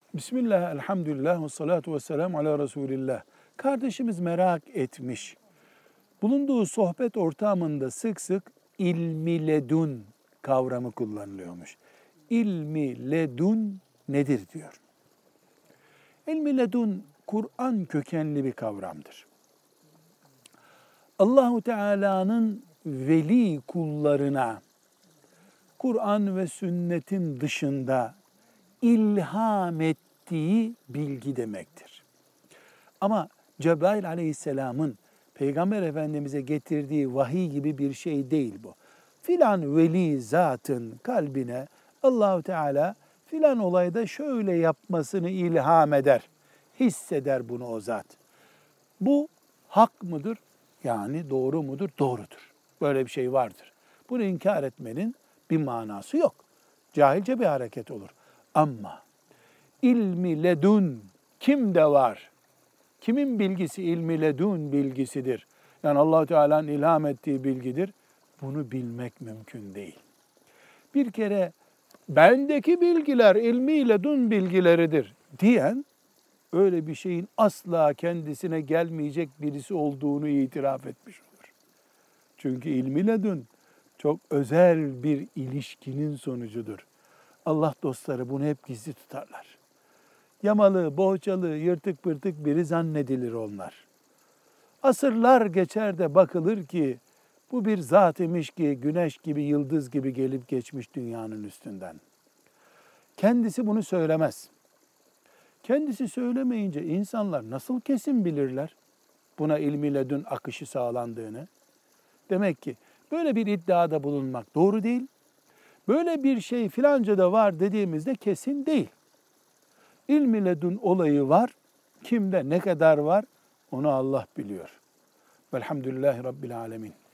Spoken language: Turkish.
Bismillah, elhamdülillah ve salatu ve selamu ala Resulillah. Kardeşimiz merak etmiş. Bulunduğu sohbet ortamında sık sık ilmi ledun kavramı kullanılıyormuş. İlmi ledun nedir diyor. İlmi ledun Kur'an kökenli bir kavramdır. Allahu Teala'nın veli kullarına Kur'an ve sünnetin dışında ilham ettiği bilgi demektir. Ama Cebrail aleyhisselamın Peygamber Efendimiz'e getirdiği vahiy gibi bir şey değil bu. Filan veli zatın kalbine Allahu Teala filan olayda şöyle yapmasını ilham eder, hisseder bunu o zat. Bu hak mıdır? Yani doğru mudur? Doğrudur. Böyle bir şey vardır. Bunu inkar etmenin bir manası yok. Cahilce bir hareket olur. Ama ilmi ledun kimde var? Kimin bilgisi ilmi ledun bilgisidir? Yani Allah Teala'nın ilham ettiği bilgidir. Bunu bilmek mümkün değil. Bir kere bendeki bilgiler ilmi ledun bilgileridir diyen öyle bir şeyin asla kendisine gelmeyecek birisi olduğunu itiraf etmiş olur. Çünkü ilmi ledun çok özel bir ilişkinin sonucudur. Allah dostları bunu hep gizli tutarlar. Yamalı, bohçalı, yırtık pırtık biri zannedilir onlar. Asırlar geçer de bakılır ki bu bir zat imiş ki güneş gibi, yıldız gibi gelip geçmiş dünyanın üstünden. Kendisi bunu söylemez. Kendisi söylemeyince insanlar nasıl kesin bilirler buna ilmi ledun akışı sağlandığını? Demek ki böyle bir iddiada bulunmak doğru değil. Böyle bir şey filancada var dediğimizde kesin değil. İlmi ledun olayı var. Kimde ne kadar var onu Allah biliyor. Velhamdülillahi Rabbil alemin.